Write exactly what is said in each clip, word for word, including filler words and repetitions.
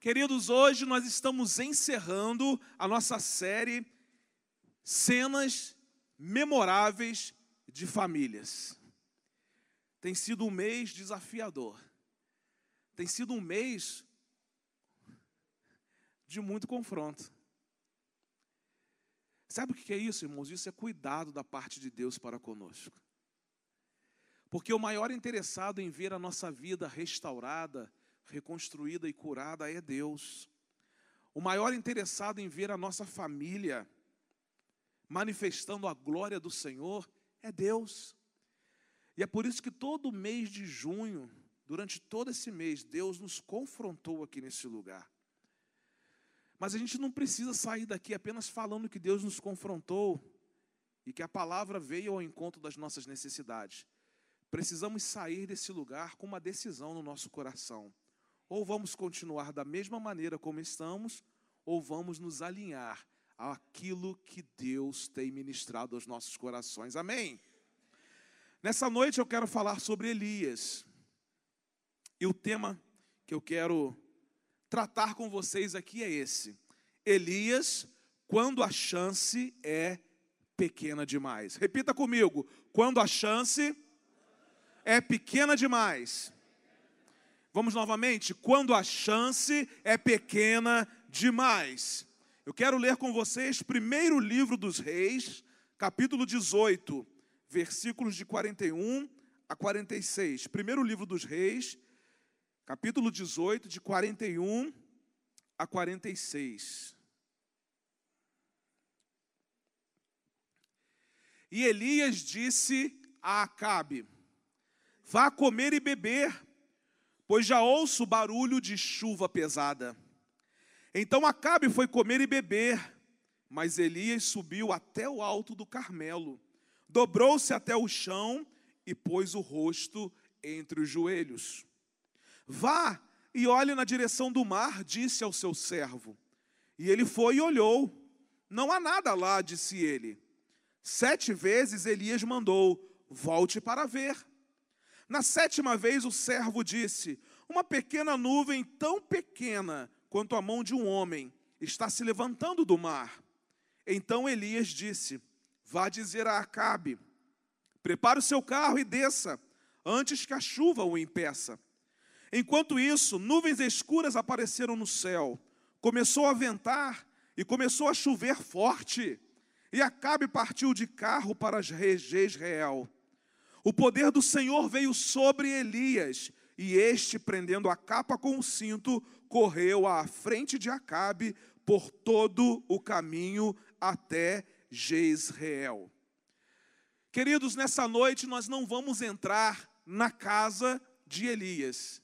Queridos, hoje nós estamos encerrando a nossa série Cenas Memoráveis de Famílias. Tem sido um mês desafiador. Tem sido um mês de muito confronto. Sabe o que é isso, irmãos? Isso é cuidado da parte de Deus para conosco. Porque o maior interessado em ver a nossa vida restaurada, reconstruída e curada é Deus. O maior interessado em ver a nossa família manifestando a glória do Senhor é Deus. E é por isso que todo mês de junho, durante todo esse mês, Deus nos confrontou aqui nesse lugar. Mas a gente não precisa sair daqui apenas falando que Deus nos confrontou e que a palavra veio ao encontro das nossas necessidades. Precisamos sair desse lugar com uma decisão no nosso coração. Ou vamos continuar da mesma maneira como estamos, ou vamos nos alinhar àquilo que Deus tem ministrado aos nossos corações. Amém? Nessa noite eu quero falar sobre Elias. E o tema que eu quero tratar com vocês aqui é esse. Elias, quando a chance é pequena demais. Repita comigo. Quando a chance é pequena demais. Vamos novamente. Quando a chance é pequena demais. Eu quero ler com vocês primeiro livro dos Reis, capítulo dezoito, versículos de quarenta e um a quarenta e seis. Primeiro livro dos Reis, capítulo dezoito, de quarenta e um a quarenta e seis. E Elias disse a Acabe: vá comer e beber, pois já ouço barulho de chuva pesada. Então Acabe foi comer e beber, mas Elias subiu até o alto do Carmelo, dobrou-se até o chão e pôs o rosto entre os joelhos. Vá e olhe na direção do mar, disse ao seu servo. E ele foi e olhou. Não há nada lá, disse ele. Sete vezes Elias mandou: volte para ver. Na sétima vez o servo disse: uma pequena nuvem tão pequena quanto a mão de um homem está se levantando do mar. Então Elias disse: vá dizer a Acabe: prepare o seu carro e desça, antes que a chuva o impeça. Enquanto isso, nuvens escuras apareceram no céu. Começou a ventar e começou a chover forte. E Acabe partiu de carro para Jezreel. O poder do Senhor veio sobre Elias, e este, prendendo a capa com o cinto, correu à frente de Acabe por todo o caminho até Jezreel. Queridos, nessa noite nós não vamos entrar na casa de Elias.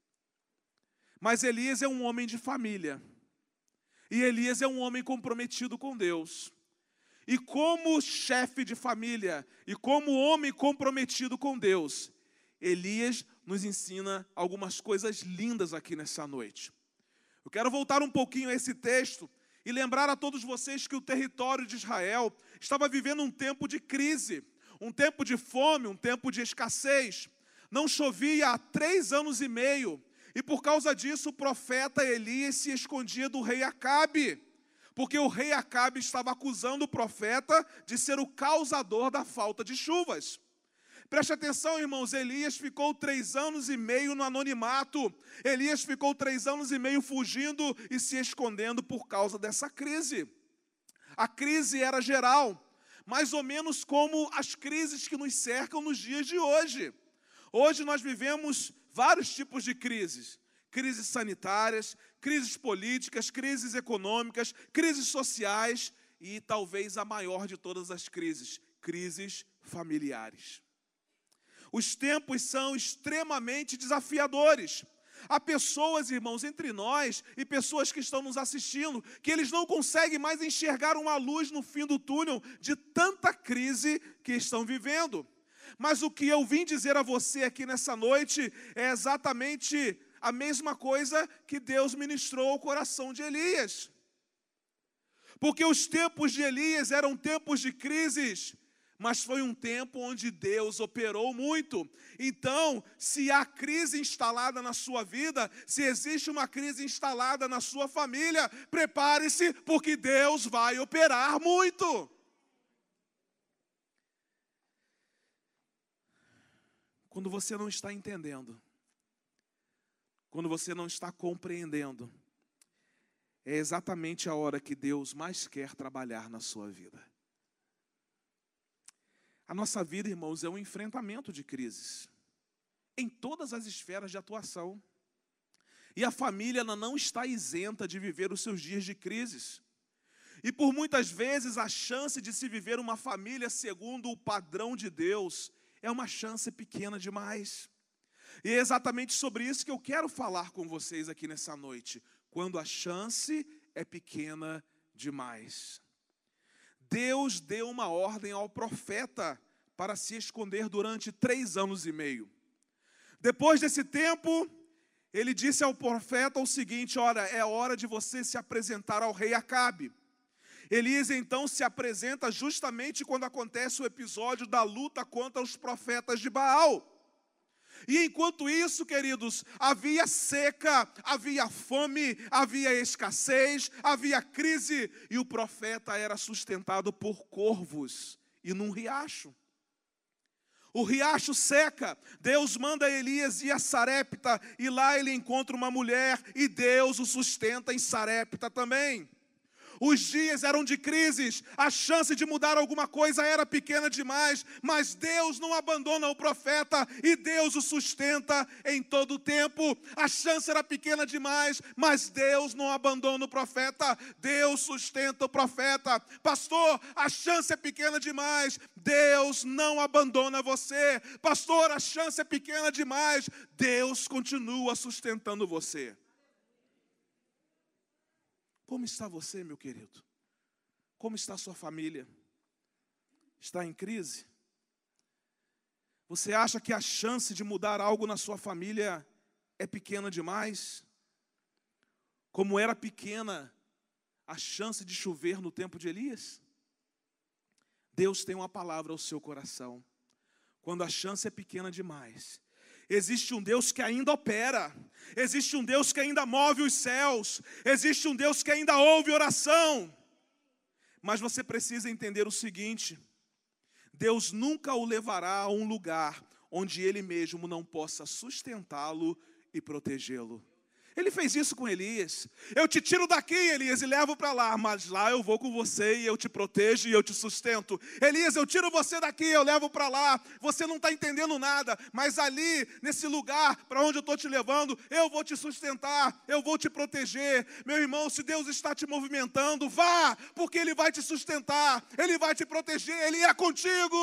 Mas Elias é um homem de família. E Elias é um homem comprometido com Deus. E como chefe de família, e como homem comprometido com Deus, Elias nos ensina algumas coisas lindas aqui nessa noite. Eu quero voltar um pouquinho a esse texto e lembrar a todos vocês que o território de Israel estava vivendo um tempo de crise, um tempo de fome, um tempo de escassez. Não chovia há três anos e meio, e por causa disso o profeta Elias se escondia do rei Acabe, porque o rei Acabe estava acusando o profeta de ser o causador da falta de chuvas. Preste atenção, irmãos, Elias ficou três anos e meio no anonimato. Elias ficou três anos e meio fugindo e se escondendo por causa dessa crise. A crise era geral, mais ou menos como as crises que nos cercam nos dias de hoje. Hoje nós vivemos vários tipos de crises. Crises sanitárias, crises políticas, crises econômicas, crises sociais e talvez a maior de todas as crises, crises familiares. Os tempos são extremamente desafiadores. Há pessoas, irmãos, entre nós e pessoas que estão nos assistindo, que eles não conseguem mais enxergar uma luz no fim do túnel de tanta crise que estão vivendo. Mas o que eu vim dizer a você aqui nessa noite é exatamente a mesma coisa que Deus ministrou ao coração de Elias. Porque os tempos de Elias eram tempos de crises, mas foi um tempo onde Deus operou muito. Então, se há crise instalada na sua vida, se existe uma crise instalada na sua família, prepare-se, porque Deus vai operar muito. Quando você não está entendendo, quando você não está compreendendo, é exatamente a hora que Deus mais quer trabalhar na sua vida. A nossa vida, irmãos, é um enfrentamento de crises, em todas as esferas de atuação. E a família ela não está isenta de viver os seus dias de crises. E por muitas vezes a chance de se viver uma família segundo o padrão de Deus é uma chance pequena demais. E é exatamente sobre isso que eu quero falar com vocês aqui nessa noite. Quando a chance é pequena demais. Deus deu uma ordem ao profeta para se esconder durante três anos e meio. Depois desse tempo, ele disse ao profeta o seguinte: olha, é hora de você se apresentar ao rei Acabe. Elias então se apresenta justamente quando acontece o episódio da luta contra os profetas de Baal. E enquanto isso, queridos, havia seca, havia fome, havia escassez, havia crise, e o profeta era sustentado por corvos e num riacho. O riacho seca, Deus manda Elias ir a Sarepta, e lá ele encontra uma mulher, e Deus o sustenta em Sarepta também. Os dias eram de crises, a chance de mudar alguma coisa era pequena demais, mas Deus não abandona o profeta e Deus o sustenta em todo o tempo. A chance era pequena demais, mas Deus não abandona o profeta, Deus sustenta o profeta. Pastor, a chance é pequena demais, Deus não abandona você. Pastor, a chance é pequena demais, Deus continua sustentando você. Como está você, meu querido? Como está a sua família? Está em crise? Você acha que a chance de mudar algo na sua família é pequena demais? Como era pequena a chance de chover no tempo de Elias? Deus tem uma palavra ao seu coração. Quando a chance é pequena demais, existe um Deus que ainda opera, existe um Deus que ainda move os céus, existe um Deus que ainda ouve oração. Mas você precisa entender o seguinte: Deus nunca o levará a um lugar onde Ele mesmo não possa sustentá-lo e protegê-lo. Ele fez isso com Elias. Eu te tiro daqui, Elias, e levo para lá, mas lá eu vou com você e eu te protejo e eu te sustento. Elias, eu tiro você daqui, eu levo para lá. Você não está entendendo nada, mas ali, nesse lugar para onde eu estou te levando, eu vou te sustentar, eu vou te proteger. Meu irmão, se Deus está te movimentando, vá, porque Ele vai te sustentar, Ele vai te proteger, Ele é contigo.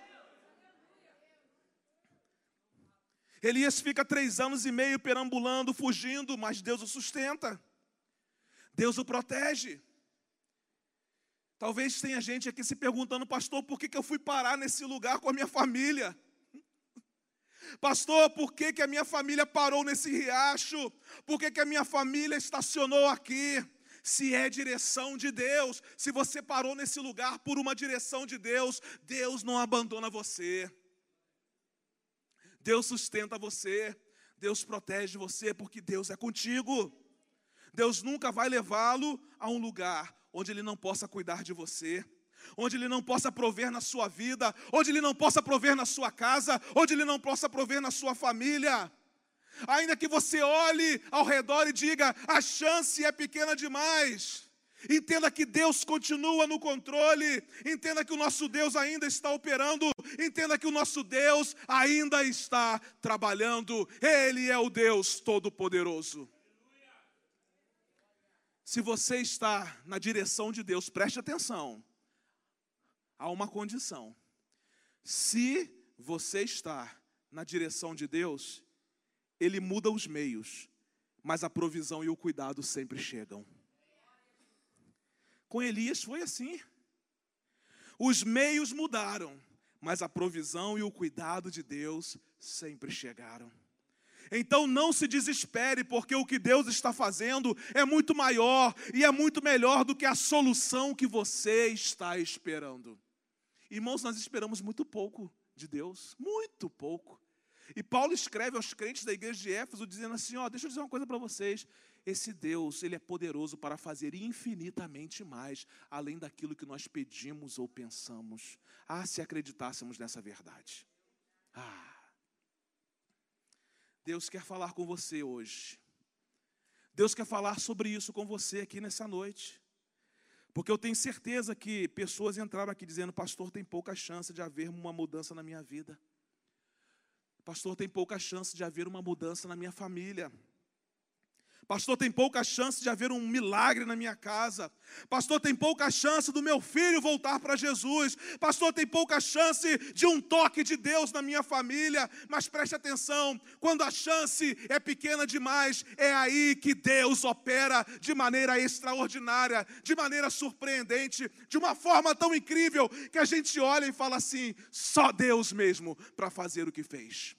Elias fica três anos e meio perambulando, fugindo, mas Deus o sustenta. Deus o protege. Talvez tenha gente aqui se perguntando: pastor, por que que eu fui parar nesse lugar com a minha família? Pastor, por que que a minha família parou nesse riacho? Por que que a minha família estacionou aqui? Se é direção de Deus, se você parou nesse lugar por uma direção de Deus, Deus não abandona você. Deus sustenta você, Deus protege você, porque Deus é contigo. Deus nunca vai levá-lo a um lugar onde Ele não possa cuidar de você, onde Ele não possa prover na sua vida, onde Ele não possa prover na sua casa, onde Ele não possa prover na sua família. Ainda que você olhe ao redor e diga: a chance é pequena demais. Entenda que Deus continua no controle, entenda que o nosso Deus ainda está operando, entenda que o nosso Deus ainda está trabalhando, Ele é o Deus Todo-Poderoso. Se você está na direção de Deus, preste atenção, há uma condição: se você está na direção de Deus, Ele muda os meios, mas a provisão e o cuidado sempre chegam. Com Elias foi assim. Os meios mudaram, mas a provisão e o cuidado de Deus sempre chegaram. Então não se desespere, porque o que Deus está fazendo é muito maior e é muito melhor do que a solução que você está esperando. Irmãos, nós esperamos muito pouco de Deus, muito pouco. E Paulo escreve aos crentes da igreja de Éfeso, dizendo assim, ó, deixa eu dizer uma coisa para vocês, esse Deus, Ele é poderoso para fazer infinitamente mais, além daquilo que nós pedimos ou pensamos. Ah, se acreditássemos nessa verdade. Ah, Deus quer falar com você hoje. Deus quer falar sobre isso com você aqui nessa noite. Porque eu tenho certeza que pessoas entraram aqui dizendo, pastor, tem pouca chance de haver uma mudança na minha vida. Pastor, tem pouca chance de haver uma mudança na minha família. Pastor, tem pouca chance de haver um milagre na minha casa. Pastor, tem pouca chance do meu filho voltar para Jesus. Pastor, tem pouca chance de um toque de Deus na minha família. Mas preste atenção, quando a chance é pequena demais, é aí que Deus opera de maneira extraordinária, de maneira surpreendente, de uma forma tão incrível, que a gente olha e fala assim, só Deus mesmo para fazer o que fez.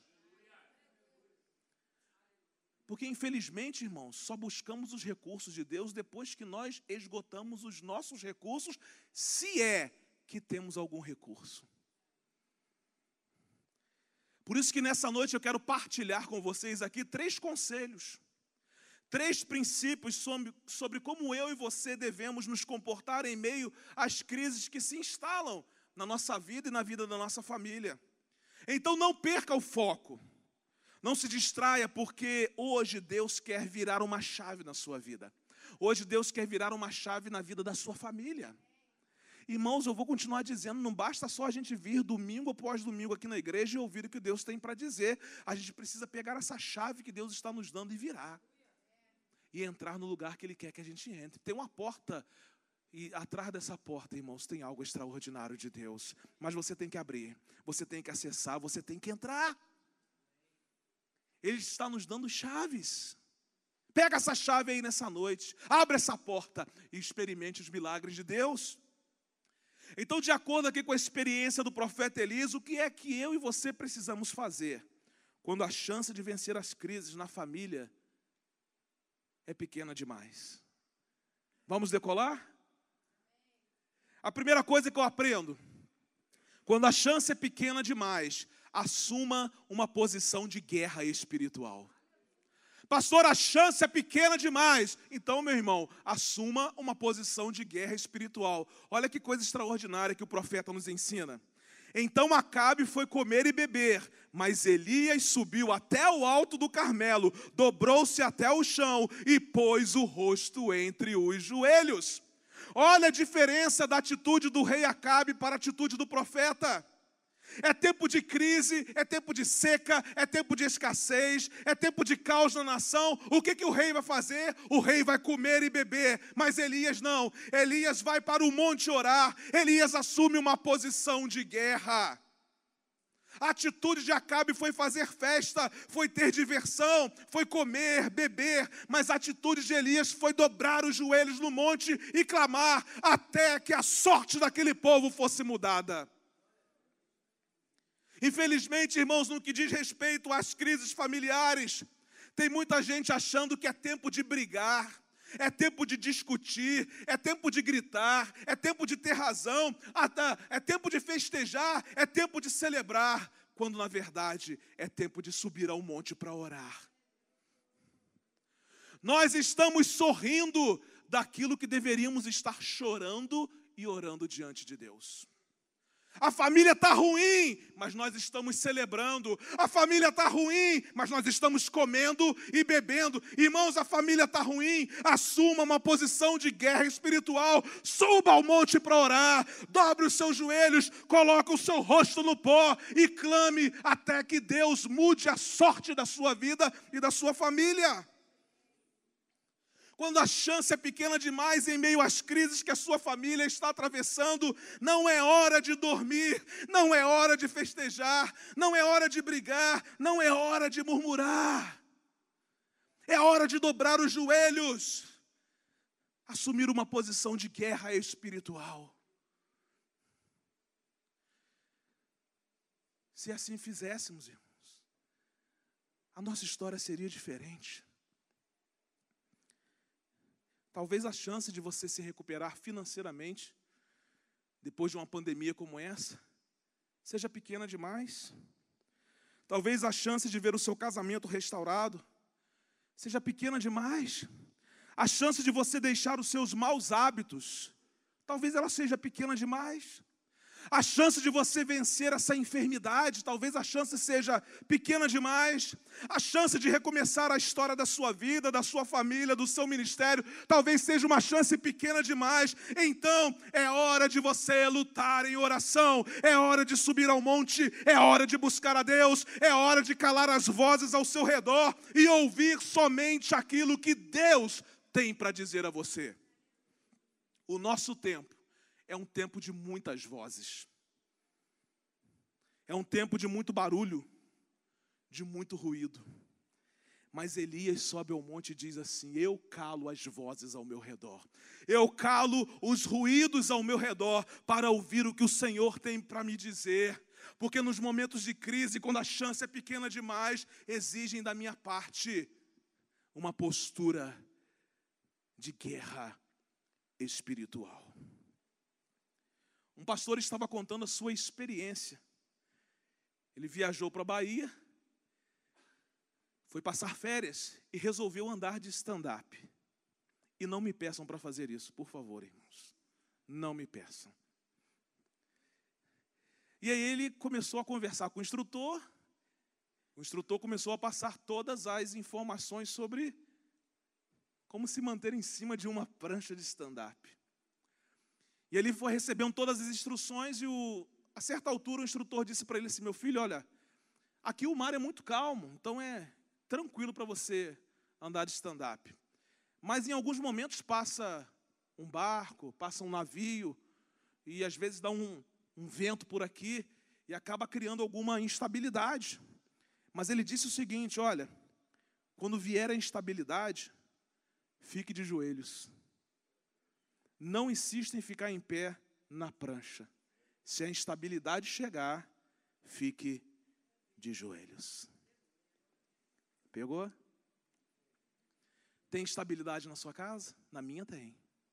Porque, infelizmente, irmãos, só buscamos os recursos de Deus depois que nós esgotamos os nossos recursos, se é que temos algum recurso. Por isso que nessa noite eu quero partilhar com vocês aqui três conselhos, três princípios sobre, sobre como eu e você devemos nos comportar em meio às crises que se instalam na nossa vida e na vida da nossa família. Então não perca o foco. Não se distraia, porque hoje Deus quer virar uma chave na sua vida. Hoje Deus quer virar uma chave na vida da sua família. Irmãos, eu vou continuar dizendo, não basta só a gente vir domingo após domingo aqui na igreja e ouvir o que Deus tem para dizer. A gente precisa pegar essa chave que Deus está nos dando e virar. E entrar no lugar que Ele quer que a gente entre. Tem uma porta, e atrás dessa porta, irmãos, tem algo extraordinário de Deus. Mas você tem que abrir, você tem que acessar, você tem que entrar. Ele está nos dando chaves. Pega essa chave aí nessa noite, abre essa porta e experimente os milagres de Deus. Então, de acordo aqui com a experiência do profeta Elias, o que é que eu e você precisamos fazer quando a chance de vencer as crises na família é pequena demais? Vamos decolar? A primeira coisa que eu aprendo, quando a chance é pequena demais, assuma uma posição de guerra espiritual. Pastor, a chance é pequena demais. Então, meu irmão, assuma uma posição de guerra espiritual. Olha que coisa extraordinária que o profeta nos ensina. Então Acabe foi comer e beber, mas Elias subiu até o alto do Carmelo, dobrou-se até o chão e pôs o rosto entre os joelhos. Olha a diferença da atitude do rei Acabe para a atitude do profeta. É tempo de crise, é tempo de seca, é tempo de escassez, é tempo de caos na nação. O que, que o rei vai fazer? O rei vai comer e beber, mas Elias não. Elias vai para o monte orar, Elias assume uma posição de guerra. A atitude de Acabe foi fazer festa, foi ter diversão, foi comer, beber, mas a atitude de Elias foi dobrar os joelhos no monte e clamar até que a sorte daquele povo fosse mudada. Infelizmente, irmãos, no que diz respeito às crises familiares, tem muita gente achando que é tempo de brigar, é tempo de discutir, é tempo de gritar, é tempo de ter razão, é tempo de festejar, é tempo de celebrar, quando na verdade é tempo de subir ao monte para orar. Nós estamos sorrindo daquilo que deveríamos estar chorando e orando diante de Deus. A família está ruim, mas nós estamos celebrando. A família está ruim, mas nós estamos comendo e bebendo. Irmãos, a família está ruim, assuma uma posição de guerra espiritual. Suba ao monte para orar, dobre os seus joelhos, coloque o seu rosto no pó e clame até que Deus mude a sorte da sua vida e da sua família. Quando a chance é pequena demais em meio às crises que a sua família está atravessando, não é hora de dormir, não é hora de festejar, não é hora de brigar, não é hora de murmurar. É hora de dobrar os joelhos, assumir uma posição de guerra espiritual. Se assim fizéssemos, irmãos, a nossa história seria diferente. Talvez a chance de você se recuperar financeiramente depois de uma pandemia como essa, seja pequena demais. Talvez a chance de ver o seu casamento restaurado seja pequena demais. A chance de você deixar os seus maus hábitos, talvez ela seja pequena demais. A chance de você vencer essa enfermidade, talvez a chance seja pequena demais. A chance de recomeçar a história da sua vida, da sua família, do seu ministério, talvez seja uma chance pequena demais. Então, é hora de você lutar em oração. É hora de subir ao monte. É hora de buscar a Deus. É hora de calar as vozes ao seu redor e ouvir somente aquilo que Deus tem para dizer a você. O nosso tempo é um tempo de muitas vozes. É um tempo de muito barulho, de muito ruído. Mas Elias sobe ao monte e diz assim: eu calo as vozes ao meu redor. Eu calo os ruídos ao meu redor para ouvir o que o Senhor tem para me dizer. Porque nos momentos de crise, quando a chance é pequena demais, exigem da minha parte uma postura de guerra espiritual. Um pastor estava contando a sua experiência. Ele viajou para a Bahia, foi passar férias e resolveu andar de stand-up. E não me peçam para fazer isso, por favor, irmãos. Não me peçam. E aí ele começou a conversar com o instrutor. O instrutor começou a passar todas as informações sobre como se manter em cima de uma prancha de stand-up. E ele foi recebendo todas as instruções e o, a certa altura o instrutor disse para ele assim: meu filho, olha, aqui o mar é muito calmo, então é tranquilo para você andar de stand-up. Mas em alguns momentos passa um barco, passa um navio, e às vezes dá um, um vento por aqui e acaba criando alguma instabilidade. Mas ele disse o seguinte: olha, quando vier a instabilidade, fique de joelhos. Não insista em ficar em pé na prancha. Se a instabilidade chegar, fique de joelhos. Pegou? Tem estabilidade na sua casa? Na minha tem.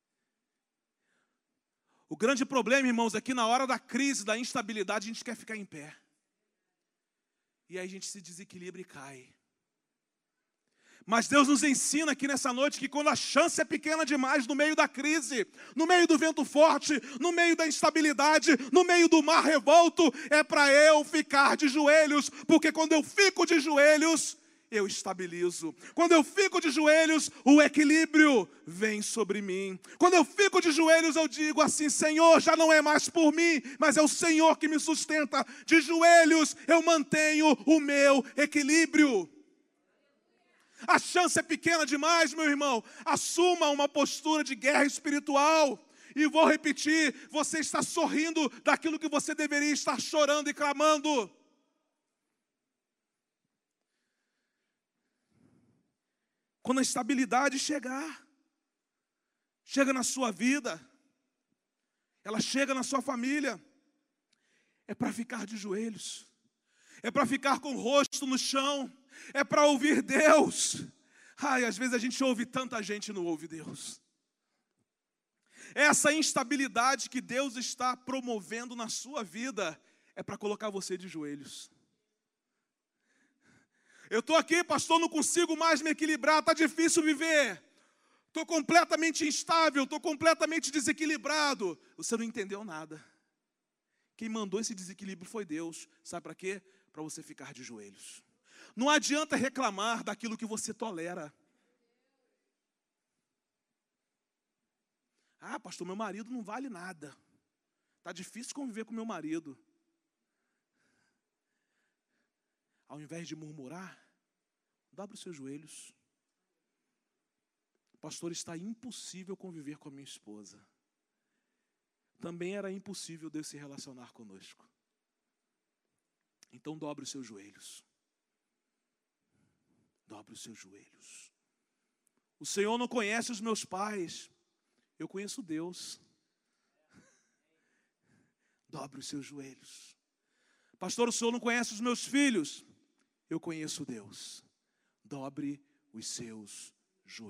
O grande problema, irmãos, é que na hora da crise, da instabilidade, a gente quer ficar em pé. E aí a gente se desequilibra e cai. Mas Deus nos ensina aqui nessa noite que quando a chance é pequena demais no meio da crise, no meio do vento forte, no meio da instabilidade, no meio do mar revolto, é para eu ficar de joelhos, porque quando eu fico de joelhos, eu estabilizo. Quando eu fico de joelhos, o equilíbrio vem sobre mim. Quando eu fico de joelhos, eu digo assim: Senhor, já não é mais por mim, mas é o Senhor que me sustenta. De joelhos, eu mantenho o meu equilíbrio. A chance é pequena demais, meu irmão. Assuma uma postura de guerra espiritual. E vou repetir, você está sorrindo daquilo que você deveria estar chorando e clamando. Quando a estabilidade chegar, chega na sua vida, ela chega na sua família, é para ficar de joelhos, é para ficar com o rosto no chão, é para ouvir Deus. Ai, às vezes a gente ouve tanta gente e não ouve Deus. Essa instabilidade que Deus está promovendo na sua vida é para colocar você de joelhos. Eu estou aqui, pastor, não consigo mais me equilibrar, está difícil viver. Estou completamente instável, estou completamente desequilibrado. Você não entendeu nada. Quem mandou esse desequilíbrio foi Deus. Sabe para quê? Para você ficar de joelhos. Não adianta reclamar daquilo que você tolera. Ah, pastor, meu marido não vale nada. Está difícil conviver com meu marido. Ao invés de murmurar, dobre os seus joelhos. Pastor, está impossível conviver com a minha esposa. Também era impossível Deus se relacionar conosco. Então dobre os seus joelhos. Dobre os seus joelhos. O Senhor não conhece os meus pais. Eu conheço Deus. Dobre os seus joelhos. Pastor, o Senhor não conhece os meus filhos. Eu conheço Deus. Dobre os seus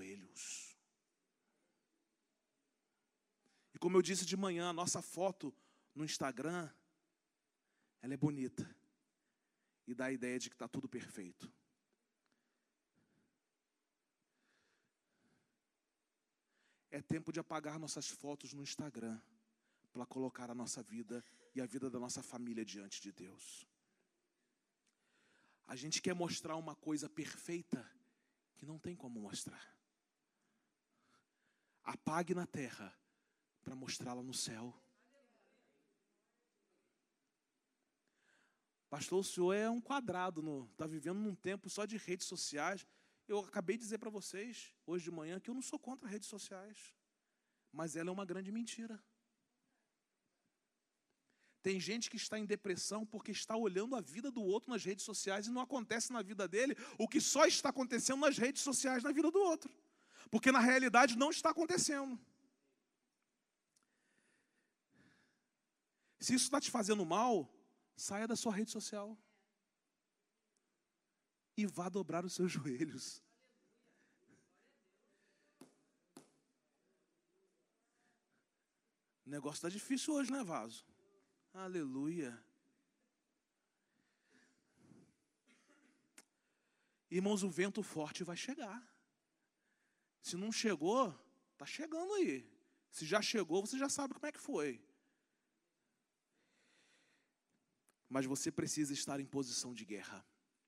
joelhos. E como eu disse de manhã, a nossa foto no Instagram, ela é bonita e dá a ideia de que está tudo perfeito. É tempo de apagar nossas fotos no Instagram para colocar a nossa vida e a vida da nossa família diante de Deus. A gente quer mostrar uma coisa perfeita que não tem como mostrar. Apague na terra para mostrá-la no céu. Pastor, o senhor é um quadrado, está vivendo num tempo só de redes sociais. Eu acabei de dizer para vocês, hoje de manhã, que eu não sou contra redes sociais. Mas ela é uma grande mentira. Tem gente que está em depressão porque está olhando a vida do outro nas redes sociais e não acontece na vida dele o que só está acontecendo nas redes sociais na vida do outro. Porque na realidade não está acontecendo. Se isso está te fazendo mal, saia da sua rede social. E vá dobrar os seus joelhos. O negócio está difícil hoje, né, Vaso? Aleluia. Irmãos, o vento forte vai chegar. Se não chegou, está chegando aí. Se já chegou, você já sabe como é que foi. Mas você precisa estar em posição de guerra.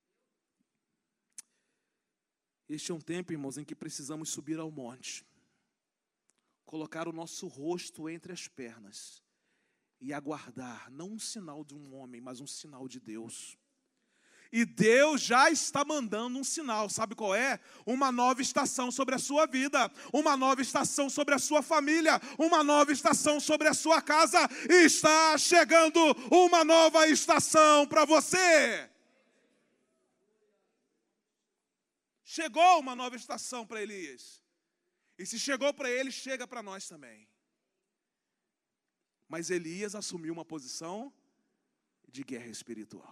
Este é um tempo, irmãos, em que precisamos subir ao monte, colocar o nosso rosto entre as pernas e aguardar, não um sinal de um homem, mas um sinal de Deus. E Deus já está mandando um sinal, sabe qual é? Uma nova estação sobre a sua vida, uma nova estação sobre a sua família, uma nova estação sobre a sua casa. Está chegando uma nova estação para você. Chegou uma nova estação para Elias. E se chegou para ele, chega para nós também. Mas Elias assumiu uma posição de guerra espiritual.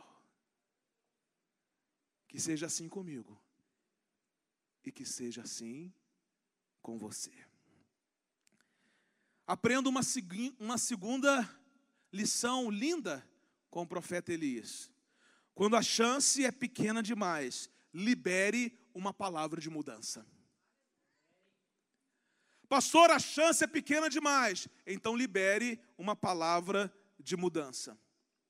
Que seja assim comigo. E que seja assim com você. Aprenda uma, uma segunda lição linda com o profeta Elias. Quando a chance é pequena demais, libere uma palavra de mudança. Pastor, a chance é pequena demais. Então libere uma palavra de mudança.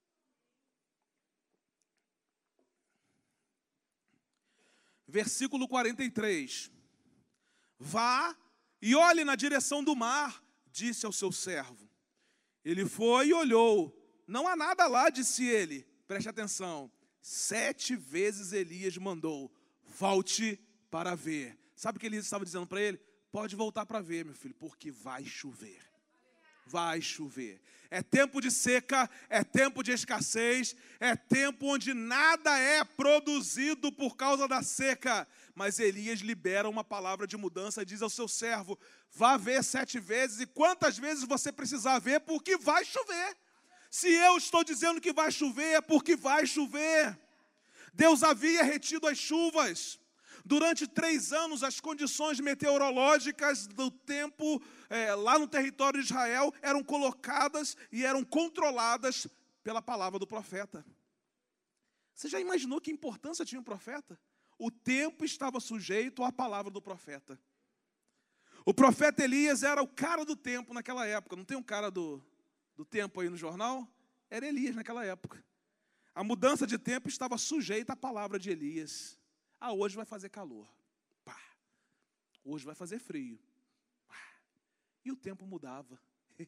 Versículo quarenta e três. Vá e olhe na direção do mar, disse ao seu servo. Ele foi e olhou. Não há nada lá, disse ele. Preste atenção. Sete vezes Elias mandou. Volte para ver. Sabe o que Elias estava dizendo para ele? Pode voltar para ver, meu filho, porque vai chover. Vai chover. É tempo de seca, é tempo de escassez, é tempo onde nada é produzido por causa da seca. Mas Elias libera uma palavra de mudança e diz ao seu servo, vá ver sete vezes e quantas vezes você precisar ver, porque vai chover. Se eu estou dizendo que vai chover, é porque vai chover. Deus havia retido as chuvas. Durante três anos, as condições meteorológicas do tempo é, lá no território de Israel eram colocadas e eram controladas pela palavra do profeta. Você já imaginou que importância tinha um profeta? O tempo estava sujeito à palavra do profeta. O profeta Elias era o cara do tempo naquela época. Não tem um cara do, do tempo aí no jornal? Era Elias naquela época. A mudança de tempo estava sujeita à palavra de Elias. Ah, hoje vai fazer calor. Pá. Hoje vai fazer frio. Pá. E o tempo mudava.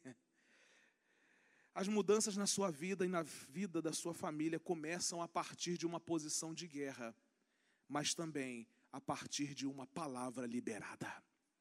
As mudanças na sua vida e na vida da sua família começam a partir de uma posição de guerra, mas também a partir de uma palavra liberada.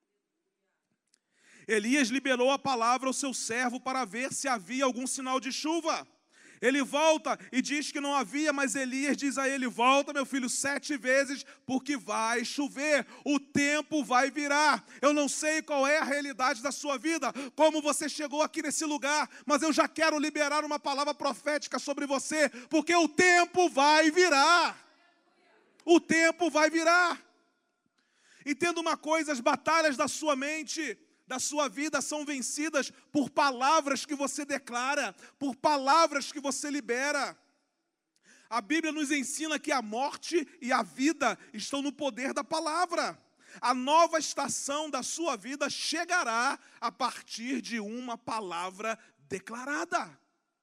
Elias liberou a palavra ao seu servo para ver se havia algum sinal de chuva. Ele volta e diz que não havia, mas Elias diz a ele, volta meu filho sete vezes, porque vai chover, o tempo vai virar. Eu não sei qual é a realidade da sua vida, como você chegou aqui nesse lugar, mas eu já quero liberar uma palavra profética sobre você, porque o tempo vai virar. O tempo vai virar. Entenda uma coisa, as batalhas da sua mente da sua vida são vencidas por palavras que você declara, por palavras que você libera. A Bíblia nos ensina que a morte e a vida estão no poder da palavra. A nova estação da sua vida chegará a partir de uma palavra declarada.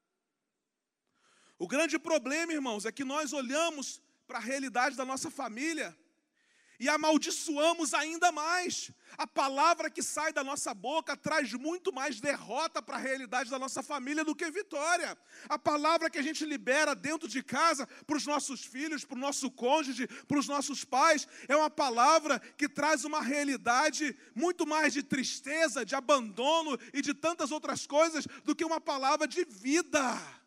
O grande problema, irmãos, é que nós olhamos para a realidade da nossa família e amaldiçoamos ainda mais. A palavra que sai da nossa boca traz muito mais derrota para a realidade da nossa família do que vitória. A palavra que a gente libera dentro de casa para os nossos filhos, para o nosso cônjuge, para os nossos pais, é uma palavra que traz uma realidade muito mais de tristeza, de abandono e de tantas outras coisas do que uma palavra de vida.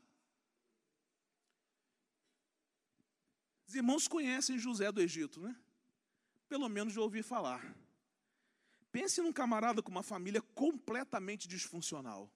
Os irmãos conhecem José do Egito, né? Pelo menos já ouvi falar. Pense num camarada com uma família completamente disfuncional.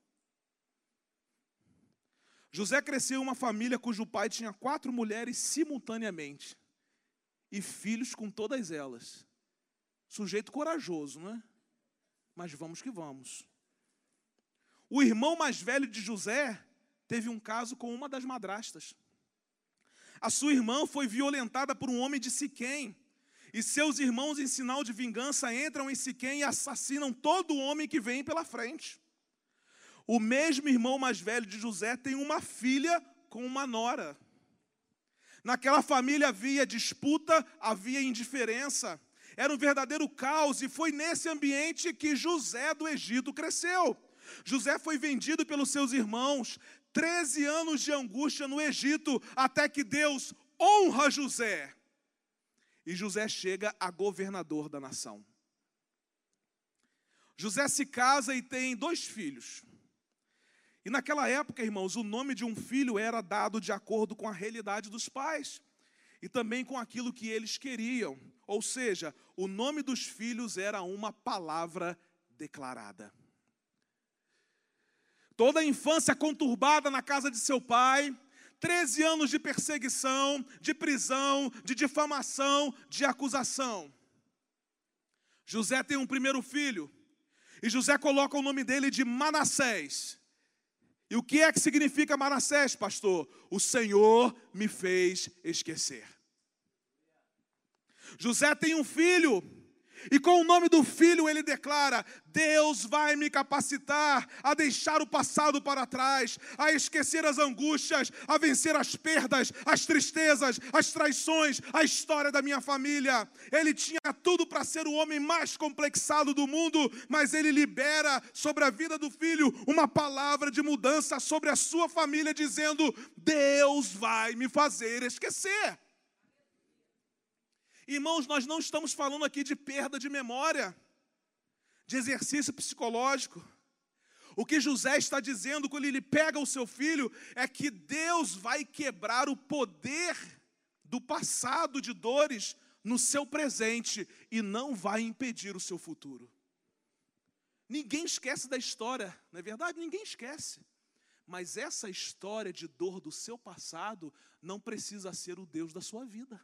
José cresceu em uma família cujo pai tinha quatro mulheres simultaneamente e filhos com todas elas. Sujeito corajoso, não é? Mas vamos que vamos. O irmão mais velho de José teve um caso com uma das madrastas. A sua irmã foi violentada por um homem de Siquém. E seus irmãos, em sinal de vingança, entram em Siquém e assassinam todo homem que vem pela frente. O mesmo irmão mais velho de José tem uma filha com uma nora. Naquela família havia disputa, havia indiferença. Era um verdadeiro caos e foi nesse ambiente que José do Egito cresceu. José foi vendido pelos seus irmãos. Treze anos de angústia no Egito, até que Deus honra José. E José chega a governador da nação. José se casa e tem dois filhos. E naquela época, irmãos, o nome de um filho era dado de acordo com a realidade dos pais. E também com aquilo que eles queriam. Ou seja, o nome dos filhos era uma palavra declarada. Toda a infância conturbada na casa de seu pai, treze anos de perseguição, de prisão, de difamação, de acusação. José tem um primeiro filho, e José coloca o nome dele de Manassés. E o que é que significa Manassés, pastor? O Senhor me fez esquecer. José tem um filho, e com o nome do filho ele declara: Deus vai me capacitar a deixar o passado para trás, a esquecer as angústias, a vencer as perdas, as tristezas, as traições, a história da minha família. Ele tinha tudo para ser o homem mais complexado do mundo, mas ele libera sobre a vida do filho uma palavra de mudança sobre a sua família, dizendo: Deus vai me fazer esquecer. Irmãos, nós não estamos falando aqui de perda de memória, de exercício psicológico. O que José está dizendo quando ele pega o seu filho é que Deus vai quebrar o poder do passado de dores no seu presente e não vai impedir o seu futuro. Ninguém esquece da história, não é verdade? Ninguém esquece. Mas essa história de dor do seu passado não precisa ser o Deus da sua vida.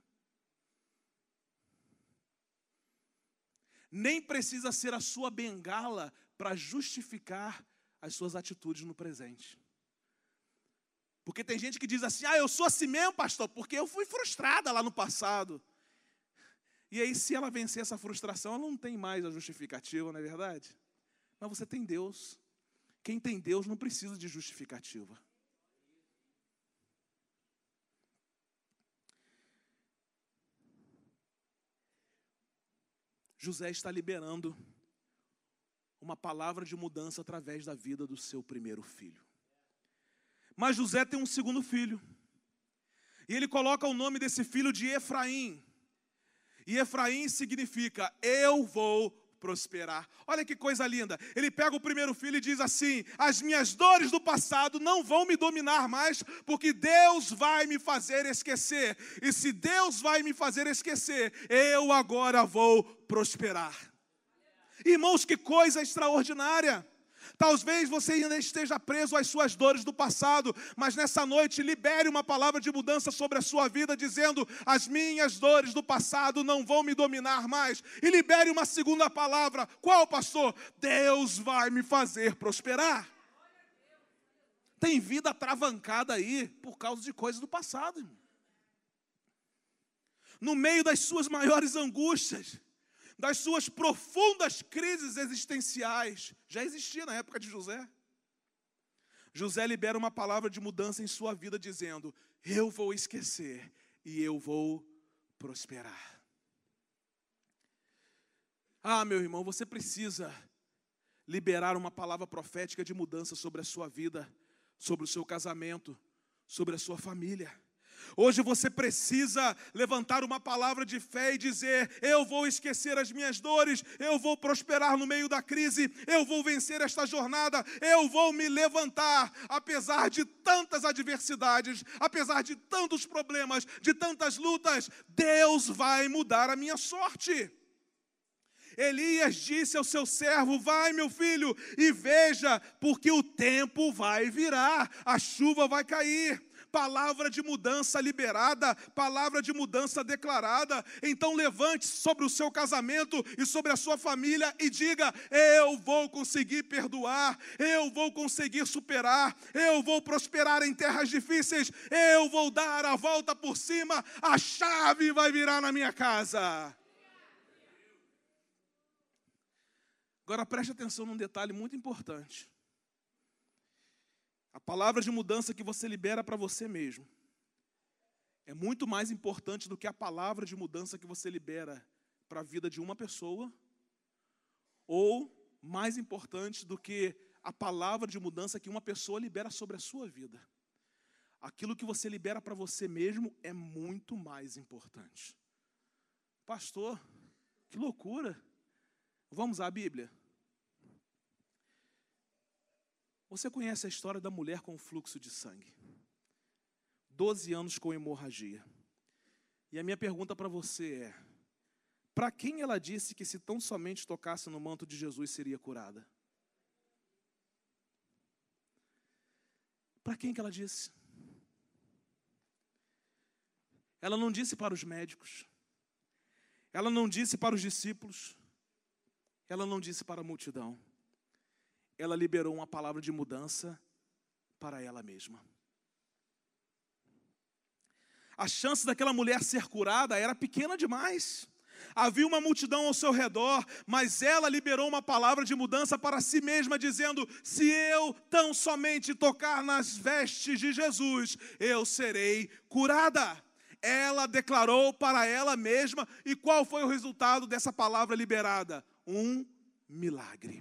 Nem precisa ser a sua bengala para justificar as suas atitudes no presente. Porque tem gente que diz assim: ah, eu sou assim mesmo, pastor, porque eu fui frustrada lá no passado. E aí, se ela vencer essa frustração, ela não tem mais a justificativa, não é verdade? Mas você tem Deus. Quem tem Deus não precisa de justificativa. José está liberando uma palavra de mudança através da vida do seu primeiro filho. Mas José tem um segundo filho. E ele coloca o nome desse filho de Efraim. E Efraim significa: eu vou prosperar. Olha que coisa linda. Ele pega o primeiro filho e diz assim: as minhas dores do passado não vão me dominar mais, porque Deus vai me fazer esquecer. E se Deus vai me fazer esquecer, eu agora vou prosperar. Irmãos, que coisa extraordinária. Talvez você ainda esteja preso às suas dores do passado, mas nessa noite libere uma palavra de mudança sobre a sua vida, dizendo: as minhas dores do passado não vão me dominar mais. E libere uma segunda palavra. Qual, pastor? Deus vai me fazer prosperar. Tem vida travancada aí por causa de coisas do passado, irmão. No meio das suas maiores angústias, das suas profundas crises existenciais, já existia na época de José. José libera uma palavra de mudança em sua vida, dizendo: eu vou esquecer e eu vou prosperar. Ah, meu irmão, você precisa liberar uma palavra profética de mudança sobre a sua vida, sobre o seu casamento, sobre a sua família. Hoje você precisa levantar uma palavra de fé e dizer: eu vou esquecer as minhas dores, eu vou prosperar no meio da crise, eu vou vencer esta jornada, eu vou me levantar, apesar de tantas adversidades, apesar de tantos problemas, de tantas lutas, Deus vai mudar a minha sorte. Elias disse ao seu servo: vai, meu filho, e veja, porque o tempo vai virar, a chuva vai cair. Palavra de mudança liberada, palavra de mudança declarada. Então levante-se sobre o seu casamento e sobre a sua família e diga: eu vou conseguir perdoar, eu vou conseguir superar, eu vou prosperar em terras difíceis, eu vou dar a volta por cima, a chave vai virar na minha casa. Agora preste atenção num detalhe muito importante. A palavra de mudança que você libera para você mesmo é muito mais importante do que a palavra de mudança que você libera para a vida de uma pessoa, ou mais importante do que a palavra de mudança que uma pessoa libera sobre a sua vida. Aquilo que você libera para você mesmo é muito mais importante. Pastor, que loucura! Vamos à Bíblia. Você conhece a história da mulher com fluxo de sangue? doze anos com hemorragia. E a minha pergunta para você é: para quem ela disse que se tão somente tocasse no manto de Jesus seria curada? Para quem que ela disse? Ela não disse para os médicos. Ela não disse para os discípulos. Ela não disse para a multidão. Ela liberou uma palavra de mudança para ela mesma. A chance daquela mulher ser curada era pequena demais. Havia uma multidão ao seu redor, mas ela liberou uma palavra de mudança para si mesma, dizendo: se eu tão somente tocar nas vestes de Jesus, eu serei curada. Ela declarou para ela mesma, e qual foi o resultado dessa palavra liberada? Um milagre.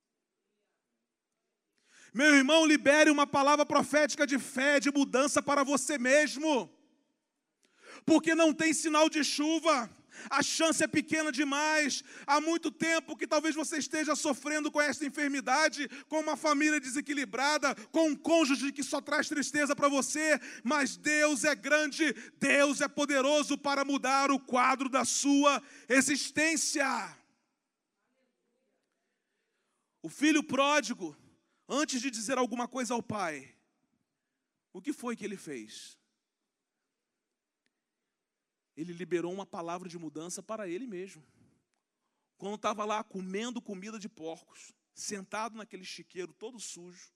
Meu irmão, libere uma palavra profética de fé, de mudança para você mesmo. Porque não tem sinal de chuva, a chance é pequena demais. Há muito tempo que talvez você esteja sofrendo com esta enfermidade, com uma família desequilibrada, com um cônjuge que só traz tristeza para você. Mas Deus é grande, Deus é poderoso para mudar o quadro da sua existência. O filho pródigo, antes de dizer alguma coisa ao pai, o que foi que ele fez? Ele liberou uma palavra de mudança para ele mesmo. Quando estava lá comendo comida de porcos, sentado naquele chiqueiro todo sujo,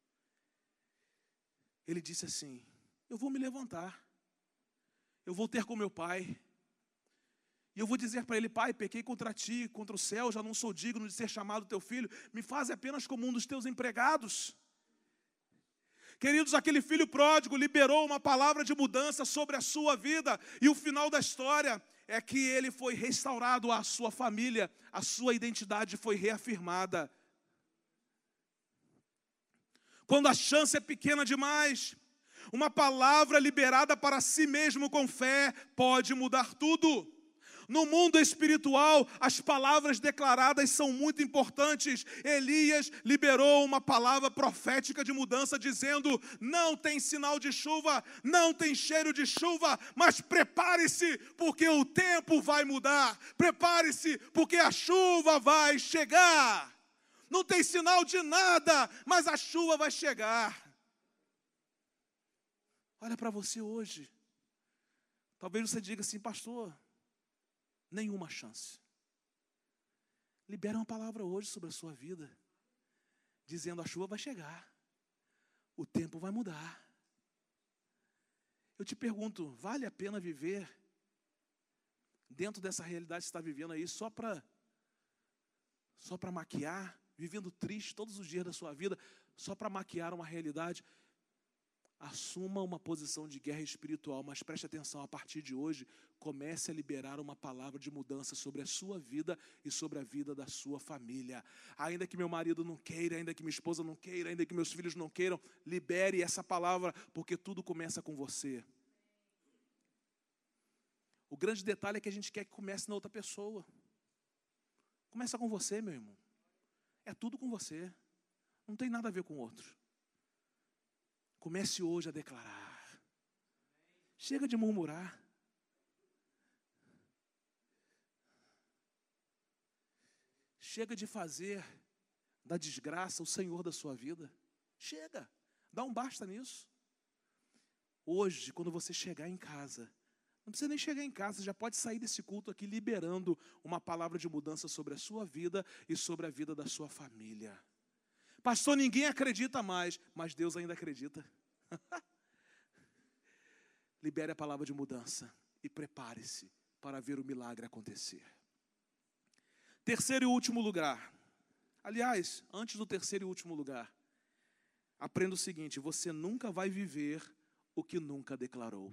ele disse assim: eu vou me levantar, eu vou ter com meu pai, e eu vou dizer para ele: pai, pequei contra ti, contra o céu, já não sou digno de ser chamado teu filho, me faz apenas como um dos teus empregados. Queridos, aquele filho pródigo liberou uma palavra de mudança sobre a sua vida, e o final da história é que ele foi restaurado à sua família, a sua identidade foi reafirmada. Quando a chance é pequena demais, uma palavra liberada para si mesmo com fé pode mudar tudo. No mundo espiritual, as palavras declaradas são muito importantes. Elias liberou uma palavra profética de mudança, dizendo: não tem sinal de chuva, não tem cheiro de chuva, mas prepare-se, porque o tempo vai mudar. Prepare-se, porque a chuva vai chegar. não tem sinal de nada, mas a chuva vai chegar. Olha para você hoje. Talvez você diga assim, pastor, nenhuma chance. Libera uma palavra hoje sobre a sua vida, dizendo a chuva vai chegar, o tempo vai mudar. Eu te pergunto, vale a pena viver dentro dessa realidade que você está vivendo aí, só para só para maquiar, vivendo triste todos os dias da sua vida, só para maquiar uma realidade? Assuma uma posição de guerra espiritual, mas preste atenção, a partir de hoje, comece a liberar uma palavra de mudança sobre a sua vida e sobre a vida da sua família. Ainda que meu marido não queira, ainda que minha esposa não queira, ainda que meus filhos não queiram, libere essa palavra, porque tudo começa com você. O grande detalhe é que a gente quer que comece na outra pessoa. Começa com você, meu irmão. É tudo com você. Não tem nada a ver com o outro. Comece hoje a declarar. Chega de murmurar. Chega de fazer da desgraça o Senhor da sua vida. Chega. Dá um basta nisso. Hoje, quando você chegar em casa, não precisa nem chegar em casa, já pode sair desse culto aqui liberando uma palavra de mudança sobre a sua vida e sobre a vida da sua família. Pastor, ninguém acredita mais, mas Deus ainda acredita. Libere a palavra de mudança e prepare-se para ver o milagre acontecer. Terceiro e último lugar. Aliás, antes do terceiro e último lugar, aprenda o seguinte: você nunca vai viver o que nunca declarou.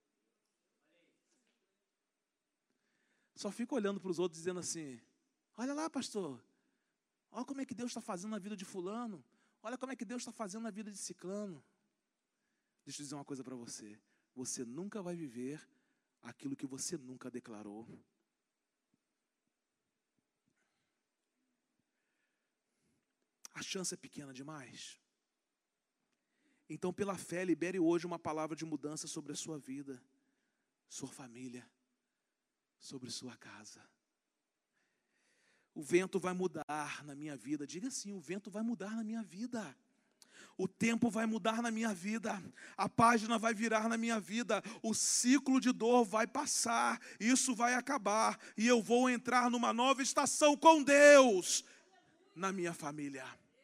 Só fica olhando para os outros dizendo assim, olha lá, pastor, olha como é que Deus está fazendo na vida de fulano, olha como é que Deus está fazendo na vida de ciclano. Deixa eu dizer uma coisa para você, você nunca vai viver aquilo que você nunca declarou. A chance é pequena demais. Então, pela fé, libere hoje uma palavra de mudança sobre a sua vida, sua família, sobre sua casa. O vento vai mudar na minha vida. Diga assim, o vento vai mudar na minha vida. O tempo vai mudar na minha vida. A página vai virar na minha vida. O ciclo de dor vai passar. Isso vai acabar. E eu vou entrar numa nova estação com Deus na minha família.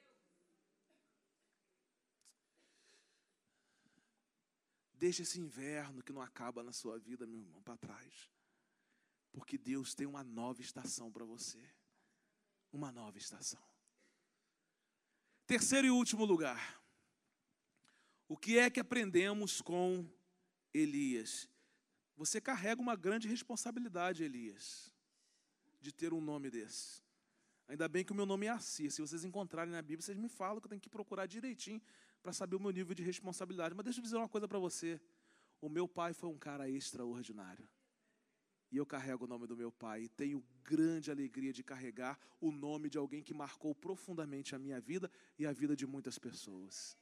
Deixa esse inverno que não acaba na sua vida, meu irmão, para trás. Porque Deus tem uma nova estação para você. Uma nova estação. Terceiro e último lugar. O que é que aprendemos com Elias? Você carrega uma grande responsabilidade, Elias, de ter um nome desse. Ainda bem que o meu nome é Assir. Se vocês encontrarem na Bíblia, vocês me falam que eu tenho que procurar direitinho para saber o meu nível de responsabilidade. Mas deixa eu dizer uma coisa para você. O meu pai foi um cara extraordinário. E eu carrego o nome do meu pai e tenho grande alegria de carregar o nome de alguém que marcou profundamente a minha vida e a vida de muitas pessoas.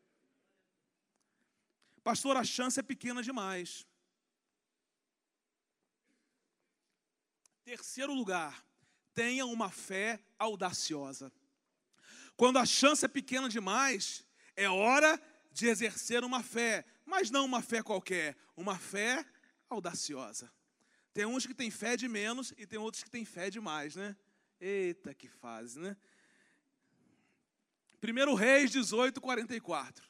Pastor, a chance é pequena demais. Terceiro lugar, tenha uma fé audaciosa. Quando a chance é pequena demais, é hora de exercer uma fé, mas não uma fé qualquer, uma fé audaciosa. Tem uns que têm fé de menos e tem outros que têm fé de mais, né? Eita, que fase, né? primeiro Reis dezoito, quarenta e quatro.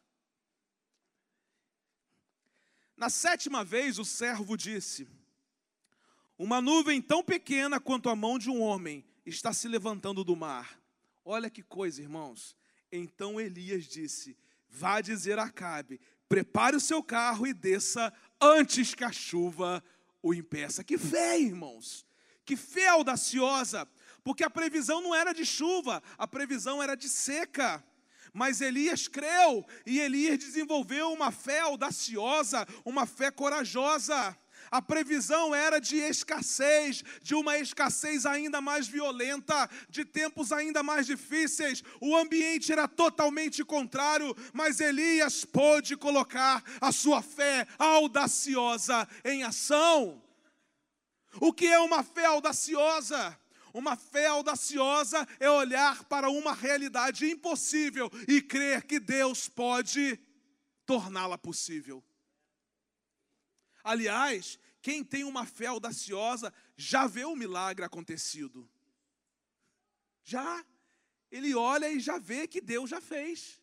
Na sétima vez o servo disse, uma nuvem tão pequena quanto a mão de um homem está se levantando do mar. Olha que coisa, irmãos. Então Elias disse, vá dizer a Acabe, prepare o seu carro e desça antes que a chuva o impeça. Que fé, irmãos, que fé audaciosa, porque a previsão não era de chuva, a previsão era de seca, mas Elias creu, e Elias desenvolveu uma fé audaciosa, uma fé corajosa. A previsão era de escassez, de uma escassez ainda mais violenta, de tempos ainda mais difíceis. O ambiente era totalmente contrário, mas Elias pôde colocar a sua fé audaciosa em ação. O que é uma fé audaciosa? Uma fé audaciosa é olhar para uma realidade impossível e crer que Deus pode torná-la possível. Aliás, quem tem uma fé audaciosa já vê o milagre acontecido. Já, ele olha e já vê que Deus já fez.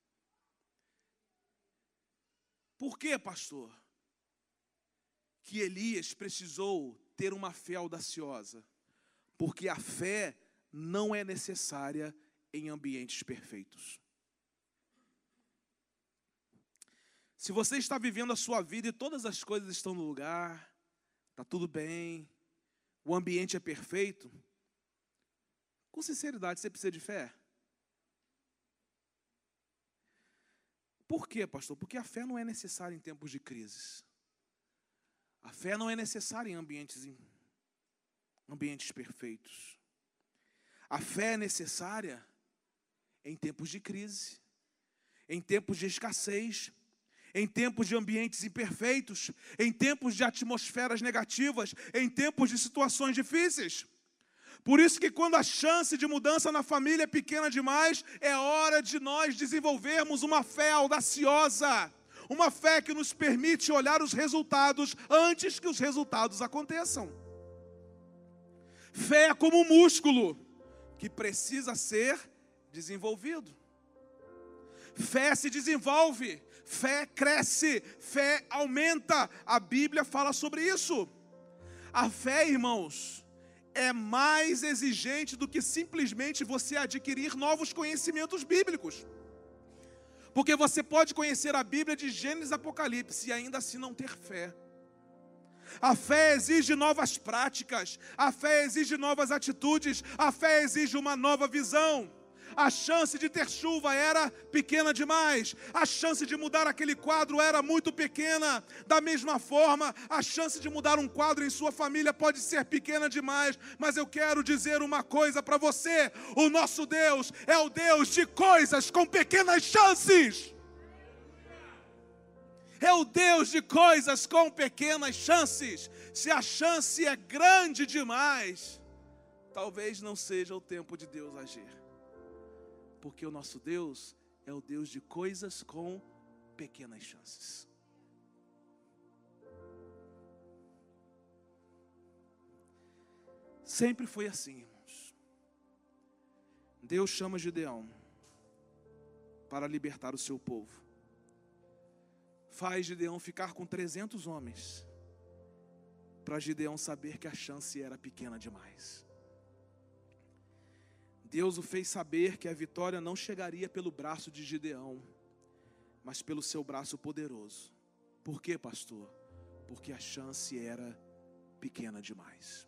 Por quê, pastor? Que Elias precisou ter uma fé audaciosa? Porque a fé não é necessária em ambientes perfeitos. Se você está vivendo a sua vida e todas as coisas estão no lugar, está tudo bem, o ambiente é perfeito, com sinceridade, você precisa de fé? Por quê, pastor? Porque a fé não é necessária em tempos de crises. A fé não é necessária em ambientes, em ambientes perfeitos. A fé é necessária em tempos de crise, em tempos de escassez, em tempos de ambientes imperfeitos, em tempos de atmosferas negativas, em tempos de situações difíceis. Por isso que quando a chance de mudança na família é pequena demais, é hora de nós desenvolvermos uma fé audaciosa, uma fé que nos permite olhar os resultados antes que os resultados aconteçam. Fé é como um músculo que precisa ser desenvolvido. Fé se desenvolve, fé cresce, fé aumenta. A Bíblia fala sobre isso. A fé, irmãos, é mais exigente do que simplesmente você adquirir novos conhecimentos bíblicos. Porque você pode conhecer a Bíblia de Gênesis a Apocalipse e ainda assim não ter fé. A fé exige novas práticas, a fé exige novas atitudes, a fé exige uma nova visão. A chance de ter chuva era pequena demais. A chance de mudar aquele quadro era muito pequena. Da mesma forma, a chance de mudar um quadro em sua família pode ser pequena demais. Mas eu quero dizer uma coisa para você. O nosso Deus é o Deus de coisas com pequenas chances. É o Deus de coisas com pequenas chances. Se a chance é grande demais, talvez não seja o tempo de Deus agir. Porque o nosso Deus é o Deus de coisas com pequenas chances. Sempre foi assim, irmãos. Deus chama Gideão para libertar o seu povo. Faz Gideão ficar com trezentos homens, para Gideão saber que a chance era pequena demais. Deus o fez saber que a vitória não chegaria pelo braço de Gideão, mas pelo seu braço poderoso. Por quê, pastor? Porque a chance era pequena demais.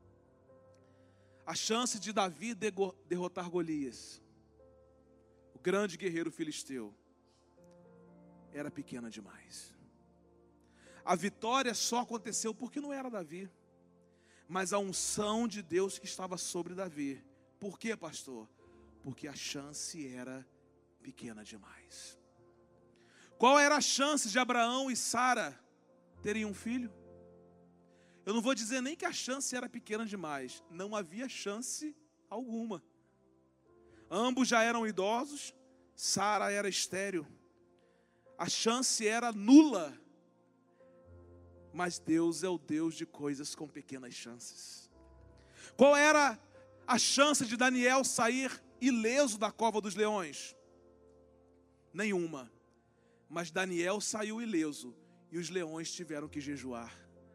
A chance de Davi derrotar Golias, o grande guerreiro filisteu, era pequena demais. A vitória só aconteceu porque não era Davi, mas a unção de Deus que estava sobre Davi. Por quê, pastor? Porque a chance era pequena demais. Qual era a chance de Abraão e Sara terem um filho? Eu não vou dizer nem que a chance era pequena demais. Não havia chance alguma. Ambos já eram idosos. Sara era estéril. A chance era nula. Mas Deus é o Deus de coisas com pequenas chances. Qual era a chance de Daniel sair ileso da cova dos leões? Nenhuma. Mas Daniel saiu ileso e os leões tiveram que jejuar.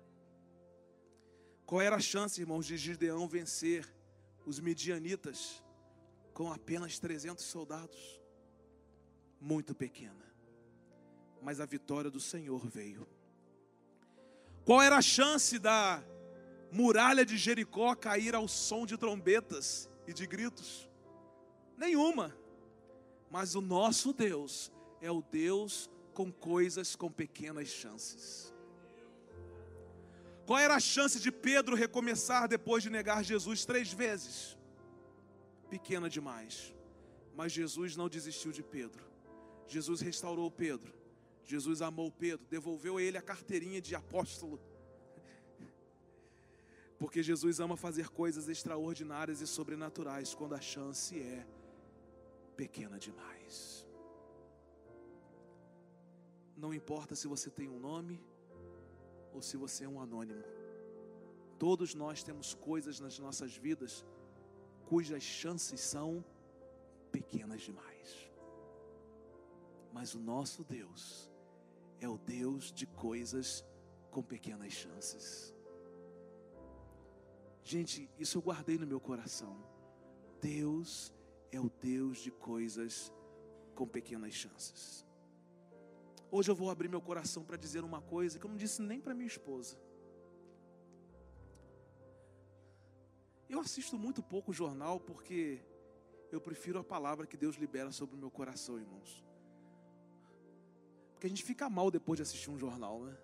Qual era a chance, irmãos, de Gideão vencer os midianitas com apenas trezentos soldados? Muito pequena. Mas a vitória do Senhor veio. Qual era a chance da muralha de Jericó cair ao som de trombetas e de gritos? Nenhuma. Mas o nosso Deus é o Deus com coisas com pequenas chances. Qual era a chance de Pedro recomeçar depois de negar Jesus três vezes? Pequena demais. Mas Jesus não desistiu de Pedro. Jesus restaurou Pedro. Jesus amou Pedro, devolveu a ele a carteirinha de apóstolo. Porque Jesus ama fazer coisas extraordinárias e sobrenaturais quando a chance é pequena demais. Não importa se você tem um nome ou se você é um anônimo. Todos nós temos coisas nas nossas vidas cujas chances são pequenas demais. Mas o nosso Deus é o Deus de coisas com pequenas chances. Gente, isso eu guardei no meu coração. Deus é o Deus de coisas com pequenas chances. Hoje eu vou abrir meu coração para dizer uma coisa que eu não disse nem para minha esposa. Eu assisto muito pouco jornal porque eu prefiro a palavra que Deus libera sobre o meu coração, irmãos. Porque a gente fica mal depois de assistir um jornal, né?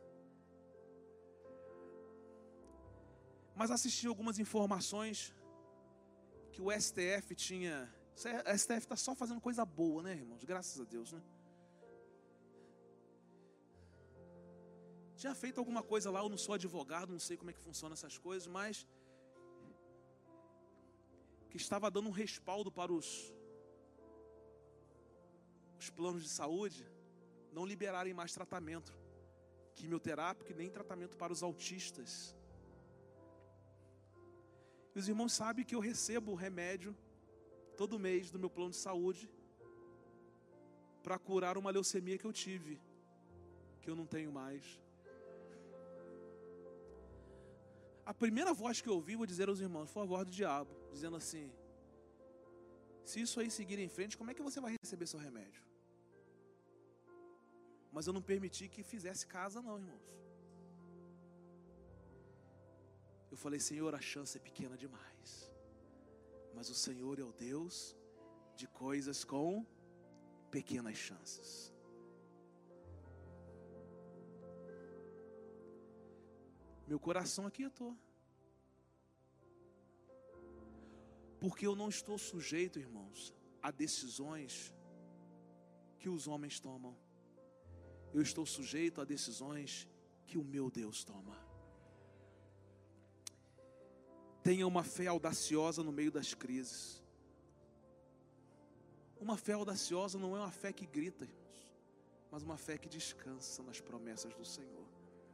Mas assisti algumas informações que o S T F tinha. O S T F está só fazendo coisa boa, né, irmãos? Graças a Deus, né? Tinha feito alguma coisa lá, eu não sou advogado, não sei como é que funciona essas coisas, mas que estava dando um respaldo para os, os planos de saúde não liberarem mais tratamento quimioterápico e nem tratamento para os autistas. E os irmãos sabem que eu recebo remédio todo mês do meu plano de saúde para curar uma leucemia que eu tive, que eu não tenho mais. A primeira voz que eu ouvi, vou dizer aos irmãos, foi a voz do diabo, dizendo assim: se isso aí seguir em frente, como é que você vai receber seu remédio? Mas eu não permiti que fizesse casa não, irmãos. Eu falei: Senhor, a chance é pequena demais, mas o Senhor é o Deus de coisas com pequenas chances. Meu coração aquietou. Porque eu não estou sujeito, irmãos, a decisões que os homens tomam. Eu estou sujeito a decisões que o meu Deus toma. Tenha uma fé audaciosa no meio das crises. Uma fé audaciosa não é uma fé que grita, irmãos, mas uma fé que descansa nas promessas do Senhor.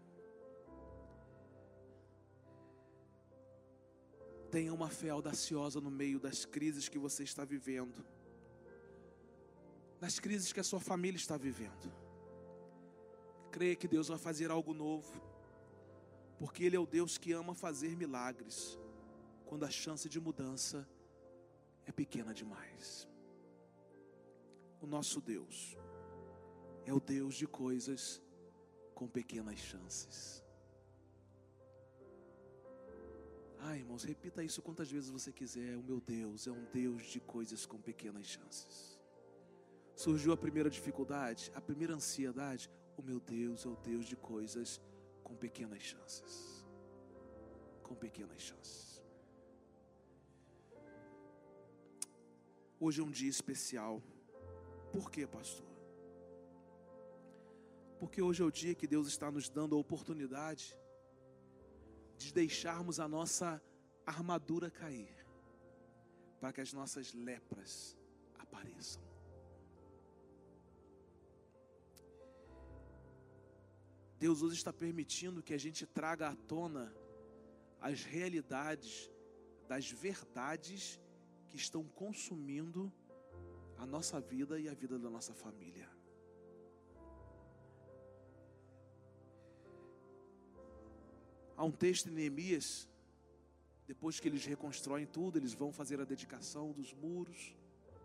Tenha uma fé audaciosa no meio das crises que você está vivendo, nas crises que a sua família está vivendo. Creia que Deus vai fazer algo novo, porque Ele é o Deus que ama fazer milagres, quando a chance de mudança é pequena demais. O nosso Deus é o Deus de coisas com pequenas chances. Ah, irmãos, repita isso quantas vezes você quiser. O meu Deus é um Deus de coisas com pequenas chances. Surgiu a primeira dificuldade, a primeira ansiedade. O meu Deus é o Deus de coisas com pequenas chances. Com pequenas chances. Hoje é um dia especial. Por quê, pastor? Porque hoje é o dia que Deus está nos dando a oportunidade de deixarmos a nossa armadura cair, para que as nossas lepras apareçam. Deus hoje está permitindo que a gente traga à tona as realidades das verdades que estão consumindo a nossa vida e a vida da nossa família. Há um texto em Neemias, depois que eles reconstroem tudo, eles vão fazer a dedicação dos muros.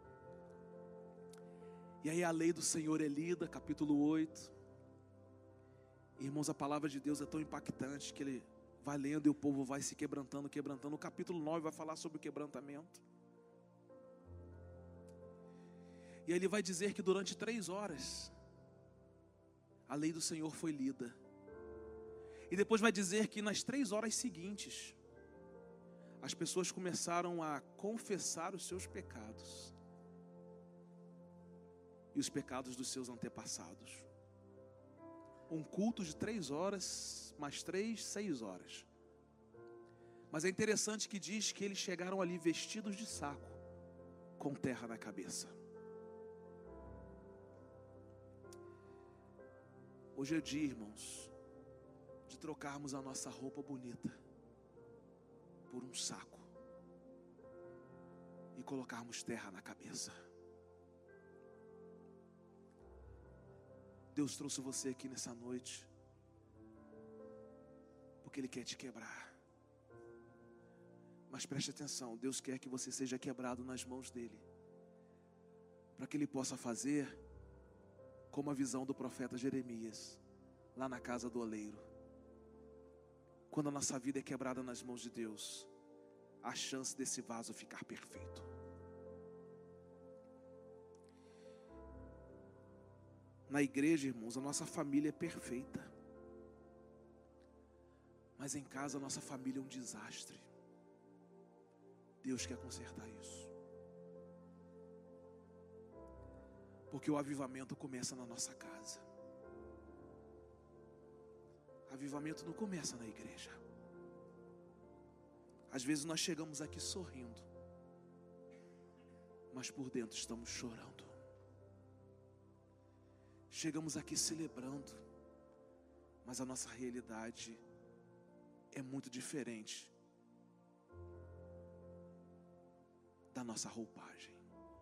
E aí a lei do Senhor é lida, capítulo oito. Irmãos, a palavra de Deus é tão impactante que ele vai lendo e o povo vai se quebrantando, quebrantando. O capítulo nove vai falar sobre o quebrantamento. E aí ele vai dizer que durante três horas a lei do Senhor foi lida. E depois vai dizer que nas três horas seguintes as pessoas começaram a confessar os seus pecados e os pecados dos seus antepassados. Um culto de três horas, mais três, seis horas. Mas é interessante que diz que eles chegaram ali vestidos de saco, com terra na cabeça. Hoje é dia, irmãos, de trocarmos a nossa roupa bonita por um saco e colocarmos terra na cabeça. Deus trouxe você aqui nessa noite porque Ele quer te quebrar. Mas preste atenção, Deus quer que você seja quebrado nas mãos dEle, para que Ele possa fazer como a visão do profeta Jeremias, lá na casa do oleiro. Quando a nossa vida é quebrada nas mãos de Deus, há chance desse vaso ficar perfeito. Na igreja, irmãos, a nossa família é perfeita, mas em casa a nossa família é um desastre. Deus quer consertar isso, porque o avivamento começa na nossa casa. Avivamento não começa na igreja. Às vezes nós chegamos aqui sorrindo, mas por dentro estamos chorando. Chegamos aqui celebrando, mas a nossa realidade é muito diferente da nossa roupagem.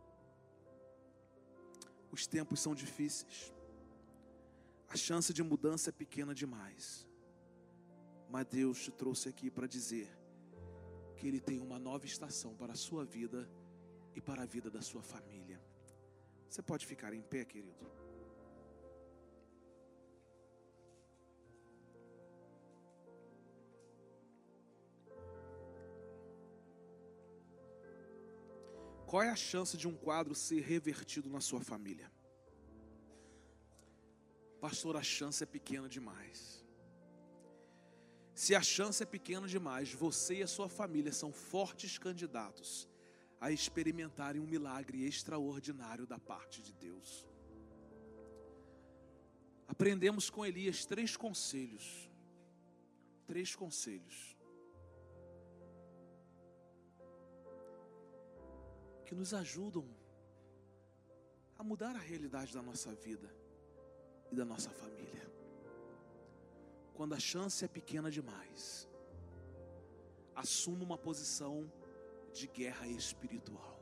Os tempos são difíceis, a chance de mudança é pequena demais, mas Deus te trouxe aqui para dizer que Ele tem uma nova estação para a sua vida e para a vida da sua família. Você pode ficar em pé, querido? Qual é a chance de um quadro ser revertido na sua família? Pastor, a chance é pequena demais. Se a chance é pequena demais, você e a sua família são fortes candidatos a experimentarem um milagre extraordinário da parte de Deus. Aprendemos com Elias três conselhos. Três conselhos. Que nos ajudam a mudar a realidade da nossa vida e da nossa família. Quando a chance é pequena demais, assuma uma posição de guerra espiritual.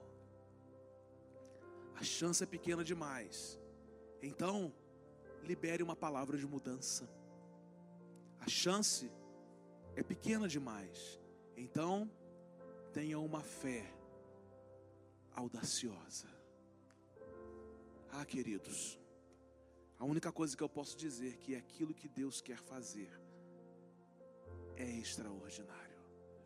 A chance é pequena demais, então libere uma palavra de mudança. A chance é pequena demais, então tenha uma fé audaciosa. Ah, queridos, a única coisa que eu posso dizer é que aquilo que Deus quer fazer é extraordinário.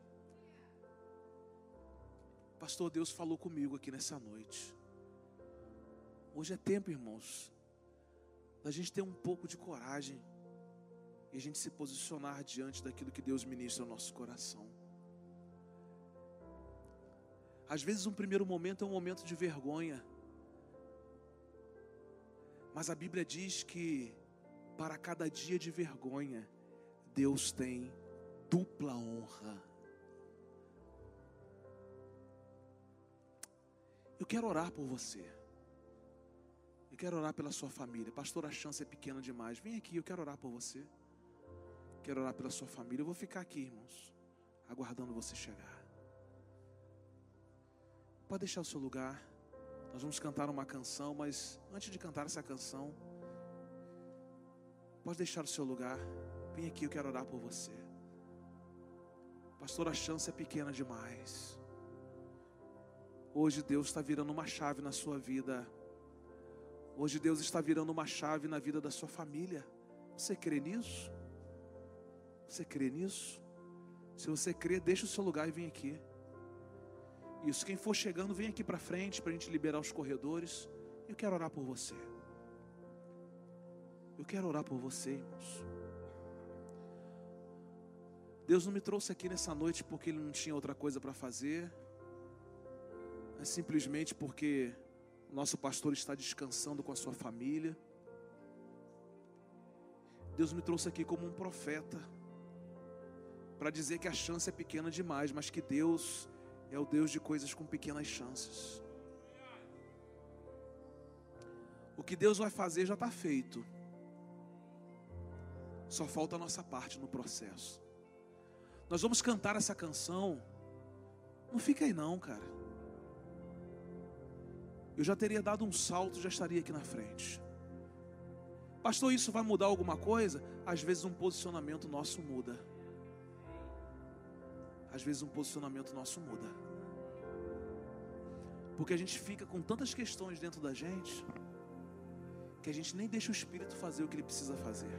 Pastor, Deus falou comigo aqui nessa noite. Hoje é tempo, irmãos, da gente ter um pouco de coragem e a gente se posicionar diante daquilo que Deus ministra no nosso coração. Às vezes um primeiro momento é um momento de vergonha, mas a Bíblia diz que para cada dia de vergonha, Deus tem dupla honra. Eu quero orar por você. Eu quero orar pela sua família. Pastor, a chance é pequena demais. Vem aqui, eu quero orar por você. Quero orar pela sua família. Eu vou ficar aqui, irmãos, aguardando você chegar. Pode deixar o seu lugar. Nós vamos cantar uma canção, mas antes de cantar essa canção, pode deixar o seu lugar. Vem aqui, eu quero orar por você. Pastor, a chance é pequena demais. Hoje Deus está virando uma chave na sua vida. Hoje Deus está virando uma chave na vida da sua família. Você crê nisso? Você crê nisso? Se você crê, deixa o seu lugar e vem aqui. Isso, quem for chegando, vem aqui para frente para a gente liberar os corredores. Eu quero orar por você. Eu quero orar por você, irmãos. Deus não me trouxe aqui nessa noite porque Ele não tinha outra coisa para fazer, mas simplesmente porque o nosso pastor está descansando com a sua família. Deus me trouxe aqui como um profeta, para dizer que a chance é pequena demais, mas que Deus é o Deus de coisas com pequenas chances. O que Deus vai fazer já está feito. Só falta a nossa parte no processo. Nós vamos cantar essa canção. Não fica aí não, cara. Eu já teria dado um salto, já estaria aqui na frente. Pastor, isso vai mudar alguma coisa? Às vezes um posicionamento nosso muda. Às vezes um posicionamento nosso muda. Porque a gente fica com tantas questões dentro da gente, que a gente nem deixa o Espírito fazer o que Ele precisa fazer.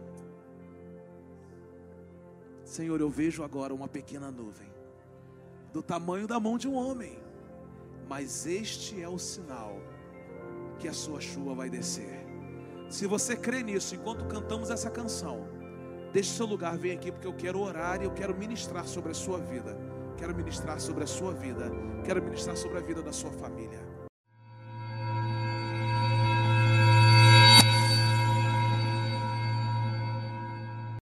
Senhor, eu vejo agora uma pequena nuvem, do tamanho da mão de um homem. Mas este é o sinal que a sua chuva vai descer. Se você crê nisso, enquanto cantamos essa canção, deixe seu lugar, vem aqui, porque eu quero orar e eu quero ministrar sobre a sua vida. Quero ministrar sobre a sua vida. Quero ministrar sobre a vida da sua família.